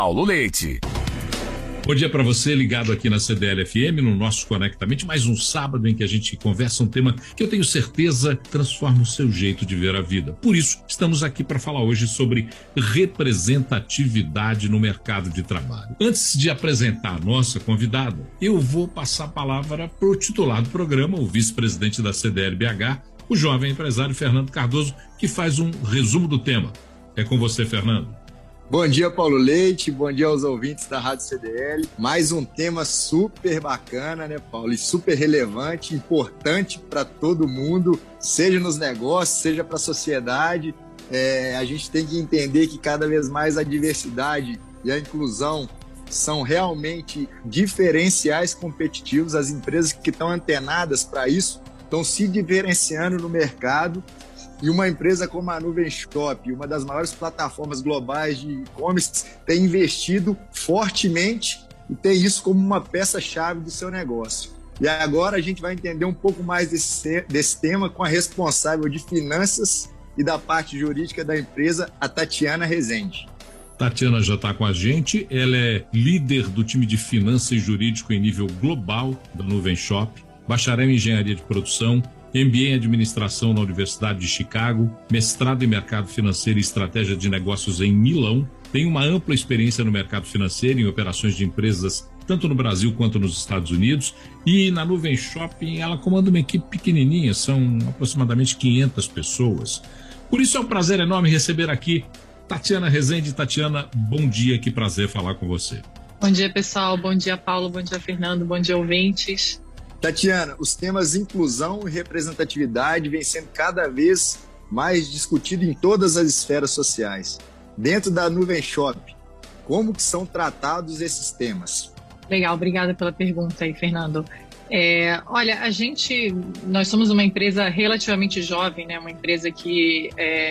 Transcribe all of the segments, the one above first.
Paulo Leite. Bom dia para você ligado aqui na CDL-FM, no nosso Conectamente, mais um sábado em que a gente conversa um tema que eu tenho certeza transforma o seu jeito de ver a vida. Por isso, estamos aqui para falar hoje sobre representatividade no mercado de trabalho. Antes de apresentar a nossa convidada, eu vou passar a palavra para o titular do programa, o vice-presidente da CDL-BH, o jovem empresário Fernando Cardoso, que faz um resumo do tema. É com você, Fernando. Bom dia, Paulo Leite, bom dia aos ouvintes da Rádio CDL. Mais um tema super bacana, né, Paulo? E super relevante, importante para todo mundo, seja nos negócios, seja para a sociedade. A gente tem que entender que cada vez mais a diversidade e a inclusão são realmente diferenciais competitivos. As empresas que estão antenadas para isso estão se diferenciando no mercado. E uma empresa como a Nuvem Shop, uma das maiores plataformas globais de e-commerce, tem investido fortemente e tem isso como uma peça-chave do seu negócio. E agora a gente vai entender um pouco mais desse tema com a responsável de finanças e da parte jurídica da empresa, a Tatiana Rezende. Tatiana já está com a gente, ela é líder do time de finanças e jurídico em nível global da Nuvem Shop, bacharel em engenharia de produção, MBA em Administração na Universidade de Chicago, mestrado em Mercado Financeiro e Estratégia de Negócios em Milão, tem uma ampla experiência no mercado financeiro em operações de empresas tanto no Brasil quanto nos Estados Unidos, e na Nuvem Shopping ela comanda uma equipe pequenininha, são aproximadamente 500 pessoas. Por isso é um prazer enorme receber aqui Tatiana Rezende. Tatiana, bom dia, que prazer falar com você. Bom dia, pessoal, bom dia, Paulo, bom dia, Fernando, bom dia, ouvintes. Tatiana, os temas inclusão e representatividade vêm sendo cada vez mais discutidos em todas as esferas sociais. Dentro da Nuvem Shop, como que são tratados esses temas? Legal, obrigada pela pergunta aí, Fernando. Olha, nós somos uma empresa relativamente jovem, né? Uma empresa que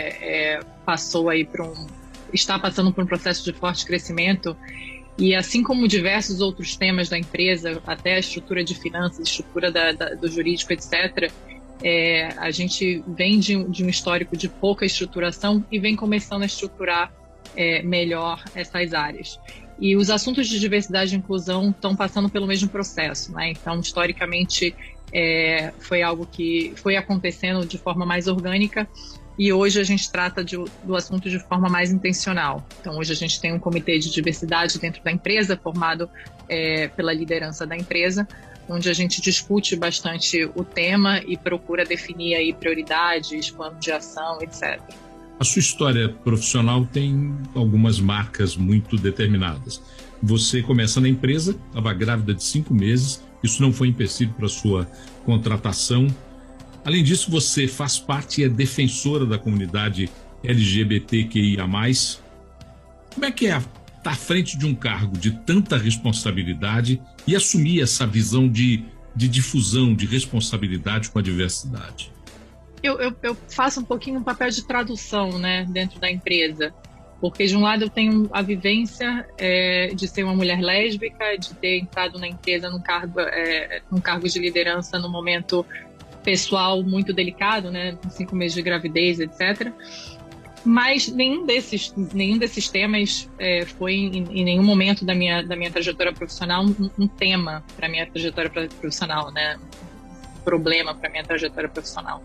está passando por um processo de forte crescimento. E assim como diversos outros temas da empresa, até a estrutura de finanças, estrutura do jurídico, etc., a gente vem de um histórico de pouca estruturação e vem começando a estruturar melhor essas áreas. E os assuntos de diversidade e inclusão estão passando pelo mesmo processo, né? Então, historicamente, foi algo que foi acontecendo de forma mais orgânica. E hoje a gente trata do assunto de forma mais intencional. Então, hoje a gente tem um comitê de diversidade dentro da empresa, formado pela liderança da empresa, onde a gente discute bastante o tema e procura definir aí prioridades, plano de ação, etc. A sua história profissional tem algumas marcas muito determinadas. Você começa na empresa, estava grávida de 5 meses, isso não foi empecilho para a sua contratação. Além disso, você faz parte e é defensora da comunidade LGBTQIA+. Como é que é estar à frente de um cargo de tanta responsabilidade e assumir essa visão de difusão, de responsabilidade com a diversidade? Eu faço um pouquinho um papel de tradução, né, dentro da empresa. Porque, de um lado, eu tenho a vivência de ser uma mulher lésbica, de ter entrado na empresa num cargo de liderança no momento pessoal muito delicado, né, 5 meses de gravidez, etc. Mas nenhum desses temas foi em nenhum momento da minha trajetória profissional um tema para minha trajetória profissional, né, um problema para minha trajetória profissional.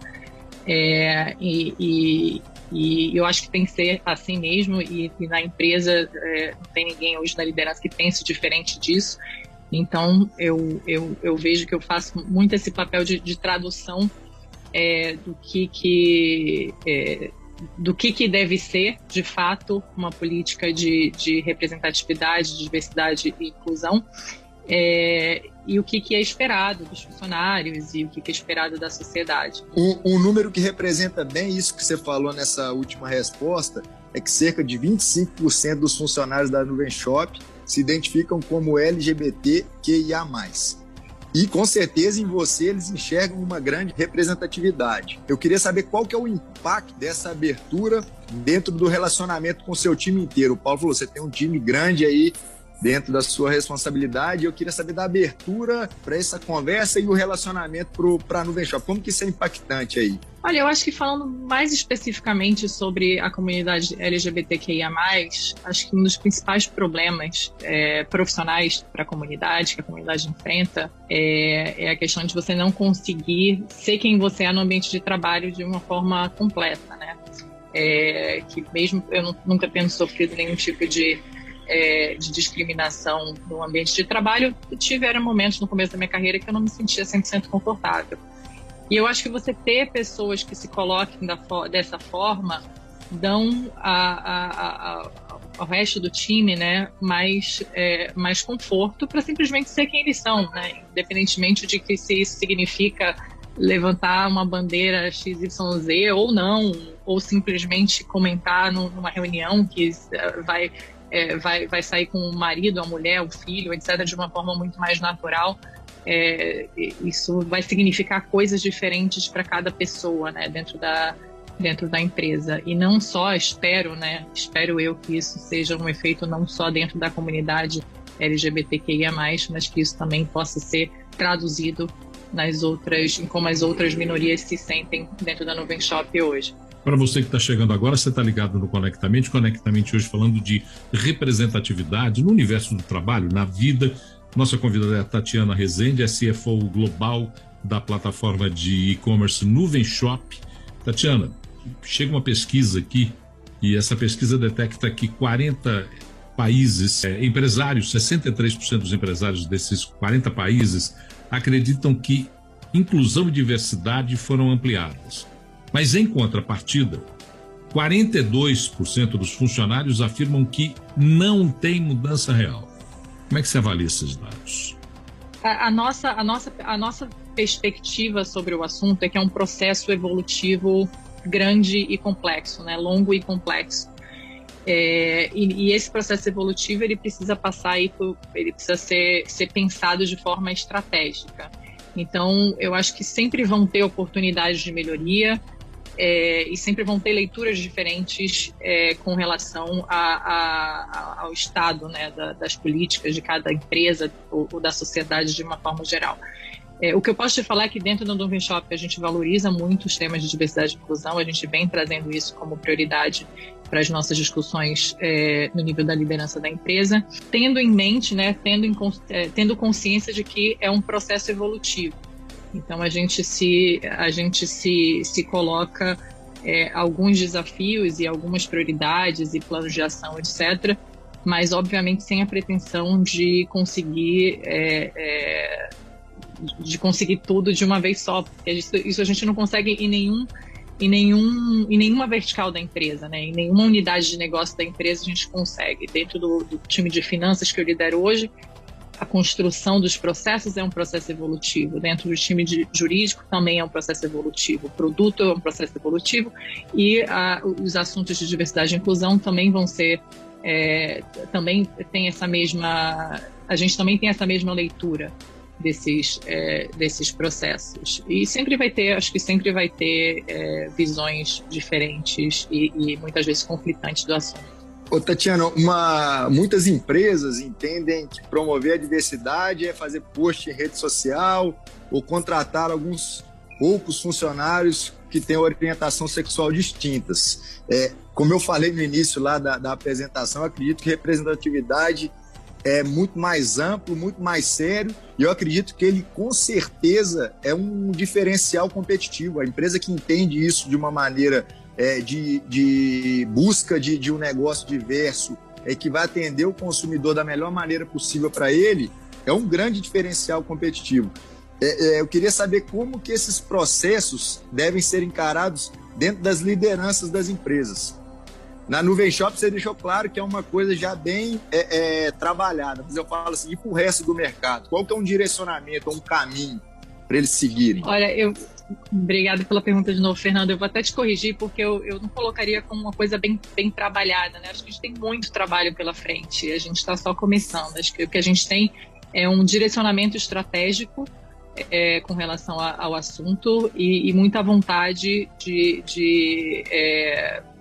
E eu acho que tem que ser assim mesmo, e na empresa não tem ninguém hoje na liderança que pense diferente disso. Então, eu vejo que eu faço muito esse papel de tradução do que deve ser, de fato, uma política de representatividade, diversidade e inclusão, e o que é esperado dos funcionários e o que é esperado da sociedade. Um número que representa bem isso que você falou nessa última resposta é que cerca de 25% dos funcionários da Nuvem Shop se identificam como LGBTQIA+. E, com certeza, em você, eles enxergam uma grande representatividade. Eu queria saber qual que é o impacto dessa abertura dentro do relacionamento com o seu time inteiro. O Paulo falou, você tem um time grande aí, dentro da sua responsabilidade. Eu queria saber da abertura para essa conversa e o relacionamento para a Nuvem Shop. Como que isso é impactante aí? Olha, eu acho que falando mais especificamente sobre a comunidade LGBTQIA+, acho que um dos principais problemas profissionais para a comunidade, que a comunidade enfrenta, é a questão de você não conseguir ser quem você é no ambiente de trabalho de uma forma completa, né? Que mesmo eu nunca tendo sofrido nenhum tipo de discriminação no ambiente de trabalho, tiveram momentos no começo da minha carreira que eu não me sentia 100% confortável. E eu acho que você ter pessoas que se coloquem dessa forma dão ao resto do time, né, mais conforto para simplesmente ser quem eles são, né, independentemente de que se isso significa levantar uma bandeira XYZ ou não, ou simplesmente comentar numa reunião que vai sair com o marido, a mulher, o filho, etc., de uma forma muito mais natural. Isso vai significar coisas diferentes para cada pessoa, né, dentro da empresa. E não só espero eu que isso seja um efeito não só dentro da comunidade LGBTQIA+, mas que isso também possa ser traduzido em como as outras minorias se sentem dentro da Nuvem Shop hoje. Para você que está chegando agora, você está ligado no Conectamente. Conectamente hoje falando de representatividade no universo do trabalho, na vida. Nossa convidada é a Tatiana Rezende, é CFO global da plataforma de e-commerce Nuvem Shop. Tatiana, chega uma pesquisa aqui e essa pesquisa detecta que 40 países, empresários, 63% dos empresários desses 40 países acreditam que inclusão e diversidade foram ampliadas. Mas, em contrapartida, 42% dos funcionários afirmam que não tem mudança real. Como é que você avalia esses dados? A nossa perspectiva sobre o assunto é que é um processo evolutivo grande e complexo, né? Longo e complexo. E esse processo evolutivo ele precisa ele precisa ser pensado de forma estratégica. Então, eu acho que sempre vão ter oportunidades de melhoria e sempre vão ter leituras diferentes com relação ao estado, né, das políticas de cada empresa ou da sociedade de uma forma geral. O que eu posso te falar é que dentro do Nuvem Shop a gente valoriza muito os temas de diversidade e inclusão, a gente vem trazendo isso como prioridade para as nossas discussões no nível da liderança da empresa, tendo em mente, né, tendo consciência de que é um processo evolutivo. Então a gente se coloca alguns desafios e algumas prioridades e planos de ação, etc., mas obviamente sem a pretensão de conseguir tudo de uma vez só, porque isso a gente não consegue em nenhuma vertical da empresa, né? Em nenhuma unidade de negócio da empresa a gente consegue. Dentro do time de finanças que eu lidero hoje, a construção dos processos é um processo evolutivo. Dentro do time jurídico também é um processo evolutivo. O produto é um processo evolutivo e os assuntos de diversidade e inclusão também vão ser também tem essa mesma, a gente também tem essa mesma leitura desses processos. E sempre vai ter, acho que sempre vai ter visões diferentes e muitas vezes conflitantes do assunto. Ô, Tatiana, muitas empresas entendem que promover a diversidade é fazer post em rede social ou contratar alguns poucos funcionários que têm orientação sexual distintas. Como eu falei no início lá da apresentação, eu acredito que representatividade é muito mais amplo, muito mais sério, e eu acredito que ele, com certeza, é um diferencial competitivo. A empresa que entende isso de uma maneira de busca de um negócio diverso, que vai atender o consumidor da melhor maneira possível para ele, é um grande diferencial competitivo. Eu queria saber como que esses processos devem ser encarados dentro das lideranças das empresas. Na Nuvem Shop você deixou claro que é uma coisa já bem trabalhada, mas eu falo assim, e para o resto do mercado? Qual que é um direcionamento, um caminho para eles seguirem? Olha, obrigada pela pergunta de novo, Fernando. Eu vou até te corrigir, porque eu não colocaria como uma coisa bem trabalhada, né? Acho que a gente tem muito trabalho pela frente, a gente está só começando. Acho que o que a gente tem é um direcionamento estratégico com relação ao assunto e muita vontade de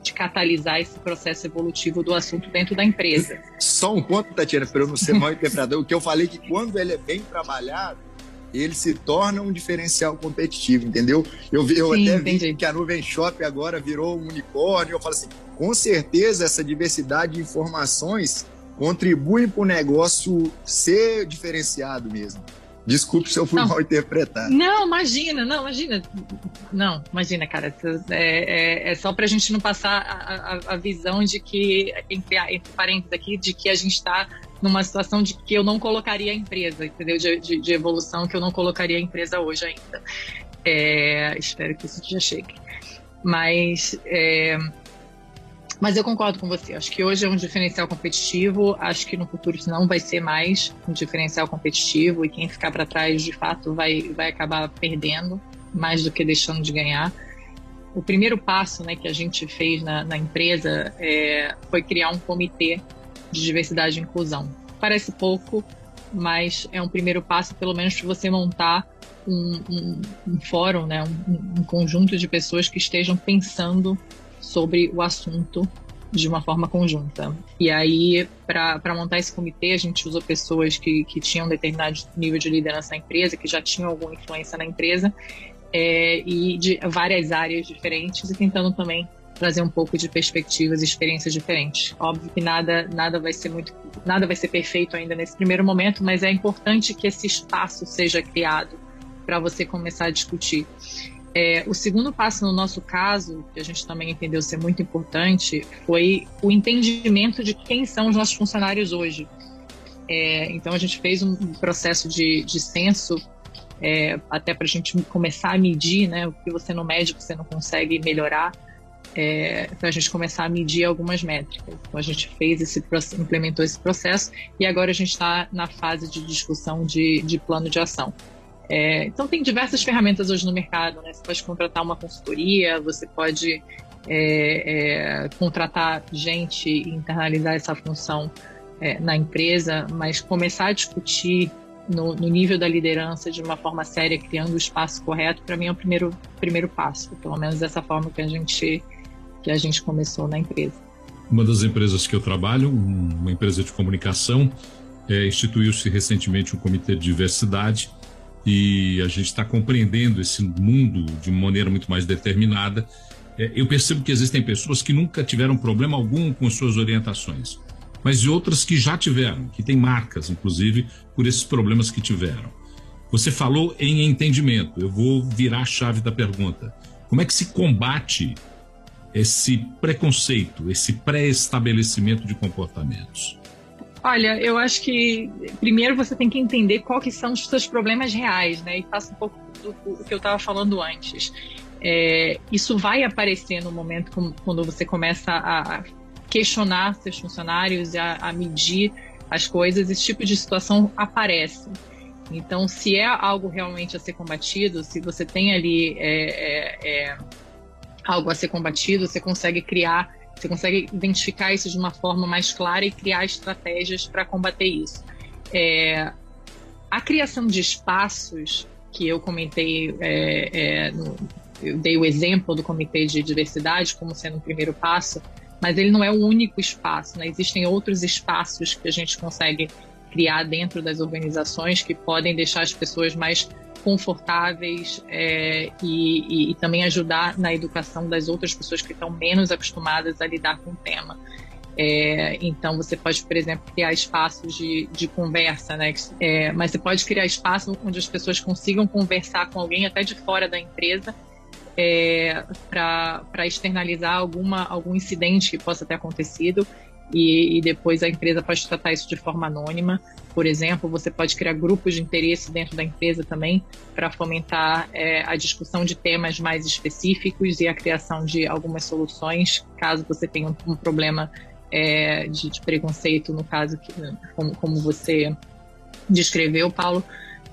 catalisar esse processo evolutivo do assunto dentro da empresa. Só um ponto, Tatiana, para eu não ser mal interpretado, o que eu falei que quando ele é bem trabalhado, ele se torna um diferencial competitivo, entendeu? Eu Sim, até entendi. vi que a Nuvem Shop agora virou um unicórnio, eu falo assim, com certeza essa diversidade de informações contribui para o negócio ser diferenciado mesmo. Desculpe se eu fui mal interpretado. Não, imagina. Não, imagina, cara. É só pra gente não passar a visão de que, entre parênteses aqui, de que a gente está numa situação de que eu não colocaria a empresa, entendeu? De evolução que eu não colocaria a empresa hoje ainda. Espero que isso já chegue. Mas eu concordo com você. Acho que hoje é um diferencial competitivo. Acho que no futuro isso não vai ser mais um diferencial competitivo e quem ficar para trás, de fato, vai acabar perdendo mais do que deixando de ganhar. O primeiro passo, né, que a gente fez na empresa foi criar um comitê de diversidade e inclusão. Parece pouco, mas é um primeiro passo, pelo menos, para você montar um fórum, né, um conjunto de pessoas que estejam pensando sobre o assunto de uma forma conjunta. E aí, para montar esse comitê, a gente usou pessoas que tinham determinado nível de liderança na empresa, que já tinham alguma influência na empresa, e de várias áreas diferentes, e tentando também trazer um pouco de perspectivas e experiências diferentes. Óbvio que nada vai ser perfeito ainda nesse primeiro momento, mas é importante que esse espaço seja criado para você começar a discutir. O segundo passo no nosso caso, que a gente também entendeu ser muito importante, foi o entendimento de quem são os nossos funcionários hoje. Então a gente fez um processo de censo, até para a gente começar a medir, né, o que você não mede, você não consegue melhorar, para a gente começar a medir algumas métricas. Então a gente implementou esse processo e agora a gente está na fase de discussão de plano de ação. Então tem diversas ferramentas hoje no mercado, né? Você pode contratar uma consultoria, você pode contratar gente e internalizar essa função na empresa, mas começar a discutir no nível da liderança de uma forma séria, criando o espaço correto, para mim é o primeiro passo, pelo menos dessa forma que a gente começou na empresa. Uma das empresas que eu trabalho, uma empresa de comunicação, instituiu-se recentemente um comitê de diversidade. E a gente está compreendendo esse mundo de uma maneira muito mais determinada. Eu percebo que existem pessoas que nunca tiveram problema algum com suas orientações, mas outras que já tiveram, que têm marcas, inclusive, por esses problemas que tiveram. Você falou em entendimento. Eu vou virar a chave da pergunta. Como é que se combate esse preconceito, esse pré-estabelecimento de comportamentos? Olha, eu acho que primeiro você tem que entender quais são os seus problemas reais, né? E passa um pouco do que eu estava falando antes. Isso vai aparecer no momento quando você começa a questionar seus funcionários, a medir as coisas, esse tipo de situação aparece. Então, se é algo realmente a ser combatido, se você tem ali algo a ser combatido, você consegue identificar isso de uma forma mais clara e criar estratégias para combater isso. A criação de espaços, que eu comentei, eu dei o exemplo do Comitê de Diversidade como sendo o primeiro passo, mas ele não é o único espaço, né? Existem outros espaços que a gente consegue criar dentro das organizações que podem deixar as pessoas mais confortáveis e também ajudar na educação das outras pessoas que estão menos acostumadas a lidar com o tema. Então você pode, por exemplo, criar espaços de conversa, né? Mas você pode criar espaços onde as pessoas consigam conversar com alguém até de fora da empresa para externalizar algum incidente que possa ter acontecido e depois a empresa pode tratar isso de forma anônima. Por exemplo, você pode criar grupos de interesse dentro da empresa também para fomentar a discussão de temas mais específicos e a criação de algumas soluções, caso você tenha um problema de preconceito, no caso, como você descreveu, Paulo,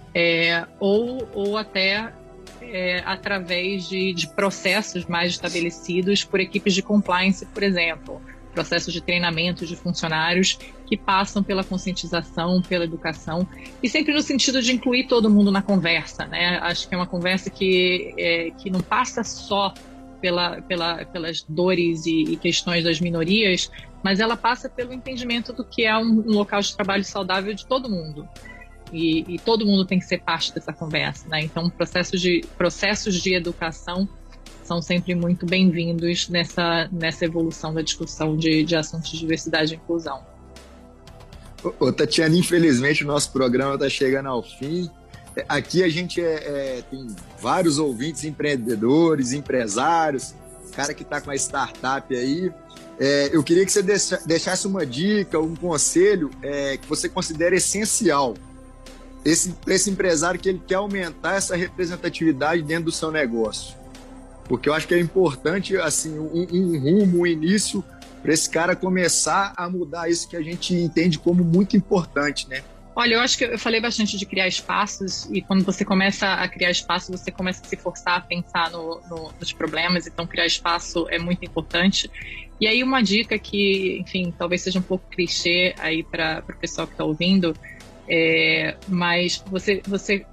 ou até através de processos mais estabelecidos por equipes de compliance, por exemplo. Processos de treinamento de funcionários que passam pela conscientização, pela educação, e sempre no sentido de incluir todo mundo na conversa, né? Acho que é uma conversa que não passa só pelas dores e questões das minorias, mas ela passa pelo entendimento do que é um local de trabalho saudável de todo mundo. E todo mundo tem que ser parte dessa conversa, né? Então, processos de educação são sempre muito bem-vindos nessa evolução da discussão de assuntos de diversidade e inclusão. Ô, Tatiana, infelizmente o nosso programa está chegando ao fim. Aqui a gente tem vários ouvintes, empreendedores, empresários, cara que está com a startup aí. Eu queria que você deixasse uma dica, um conselho que você considera essencial para esse empresário que ele quer aumentar essa representatividade dentro do seu negócio. Porque eu acho que é importante assim, um rumo, um início para esse cara começar a mudar isso que a gente entende como muito importante, né? Olha, eu acho que eu falei bastante de criar espaços, e quando você começa a criar espaço, você começa a se forçar a pensar nos problemas, então criar espaço é muito importante. E aí uma dica que, enfim, talvez seja um pouco clichê aí para o pessoal que está ouvindo, mas você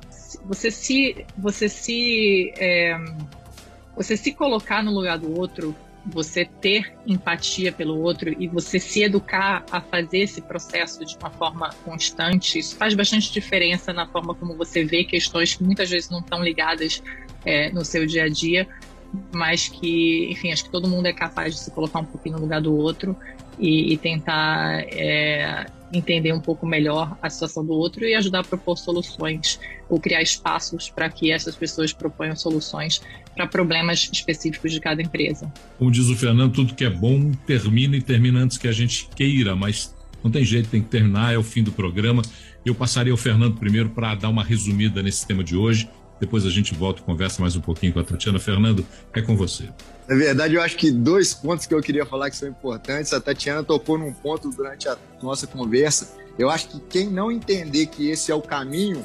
se colocar no lugar do outro, você ter empatia pelo outro e você se educar a fazer esse processo de uma forma constante, isso faz bastante diferença na forma como você vê questões que muitas vezes não estão ligadas no seu dia a dia, mas que, enfim, acho que todo mundo é capaz de se colocar um pouquinho no lugar do outro e tentar entender um pouco melhor a situação do outro e ajudar a propor soluções ou criar espaços para que essas pessoas proponham soluções para problemas específicos de cada empresa. Como diz o Fernando, tudo que é bom termina antes que a gente queira, mas não tem jeito, tem que terminar, é o fim do programa. Eu passaria ao Fernando primeiro para dar uma resumida nesse tema de hoje, depois a gente volta e conversa mais um pouquinho com a Tatiana. Fernando, é com você. Na verdade, eu acho que 2 pontos que eu queria falar que são importantes. A Tatiana tocou num ponto durante a nossa conversa. Eu acho que quem não entender que esse é o caminho,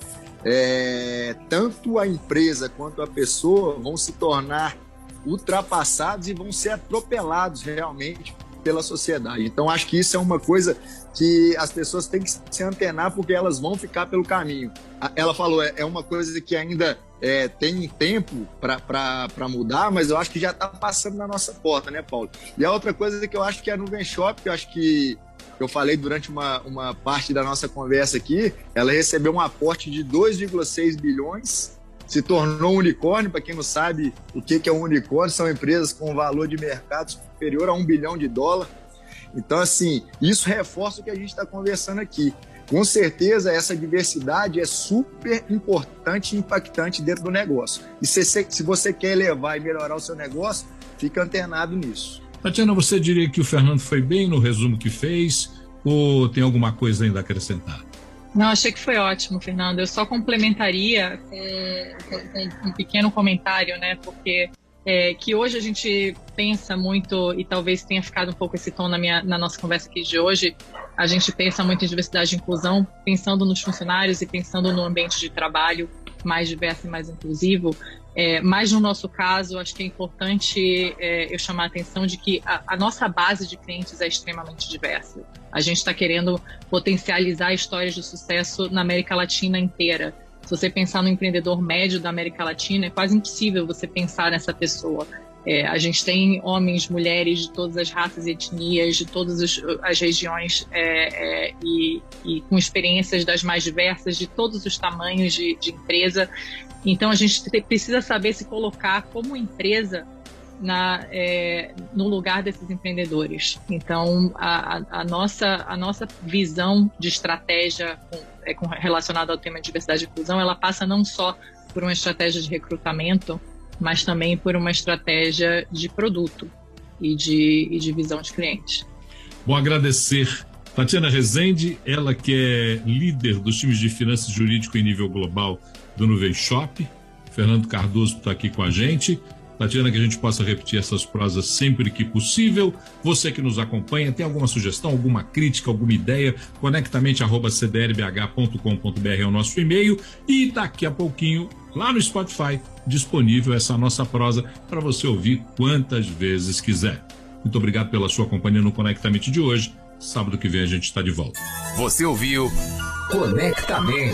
tanto a empresa quanto a pessoa vão se tornar ultrapassados e vão ser atropelados realmente pela sociedade. Então, acho que isso é uma coisa que as pessoas têm que se antenar, porque elas vão ficar pelo caminho. Ela falou, é uma coisa que ainda tem tempo para mudar, mas eu acho que já está passando na nossa porta, né, Paulo? E a outra coisa que eu acho que é a Nuvem Shop, que eu acho que eu falei durante uma parte da nossa conversa aqui, ela recebeu um aporte de 2,6 bilhões, se tornou um unicórnio. Para quem não sabe o que é um unicórnio, são empresas com valor de mercado superior a $1 bilhão. Então, assim, isso reforça o que a gente está conversando aqui. Com certeza, essa diversidade é super importante e impactante dentro do negócio. E se você quer elevar e melhorar o seu negócio, fica antenado nisso. Tatiana, você diria que o Fernando foi bem no resumo que fez, ou tem alguma coisa ainda a acrescentar? Não, achei que foi ótimo, Fernando. Eu só complementaria com um pequeno comentário, né? Porque que hoje a gente pensa muito, e talvez tenha ficado um pouco esse tom na nossa conversa aqui de hoje, a gente pensa muito em diversidade e inclusão, pensando nos funcionários e pensando no ambiente de trabalho mais diverso e mais inclusivo. Mas no nosso caso, acho que é importante eu chamar a atenção de que a nossa base de clientes é extremamente diversa. A gente está querendo potencializar histórias de sucesso na América Latina inteira. Se você pensar no empreendedor médio da América Latina, é quase impossível você pensar nessa pessoa. A gente tem homens, mulheres de todas as raças e etnias, de todas as regiões e com experiências das mais diversas, de todos os tamanhos de empresa. Então, a gente precisa saber se colocar como empresa no lugar desses empreendedores. Então, a nossa visão de estratégia relacionada ao tema de diversidade e inclusão, ela passa não só por uma estratégia de recrutamento, mas também por uma estratégia de produto e de visão de cliente. Bom, agradecer Tatiana Rezende, ela que é líder dos times de finanças e jurídico em nível global do Nuvem Shop. Fernando Cardoso está aqui com a gente. Tatiana, que a gente possa repetir essas prosas sempre que possível. Você que nos acompanha, tem alguma sugestão, alguma crítica, alguma ideia? conectamente@cdlbh.com.br é o nosso e-mail. E daqui a pouquinho, lá no Spotify, disponível essa nossa prosa para você ouvir quantas vezes quiser. Muito obrigado pela sua companhia no Conectamente de hoje. Sábado que vem a gente está de volta. Você ouviu Conectamente.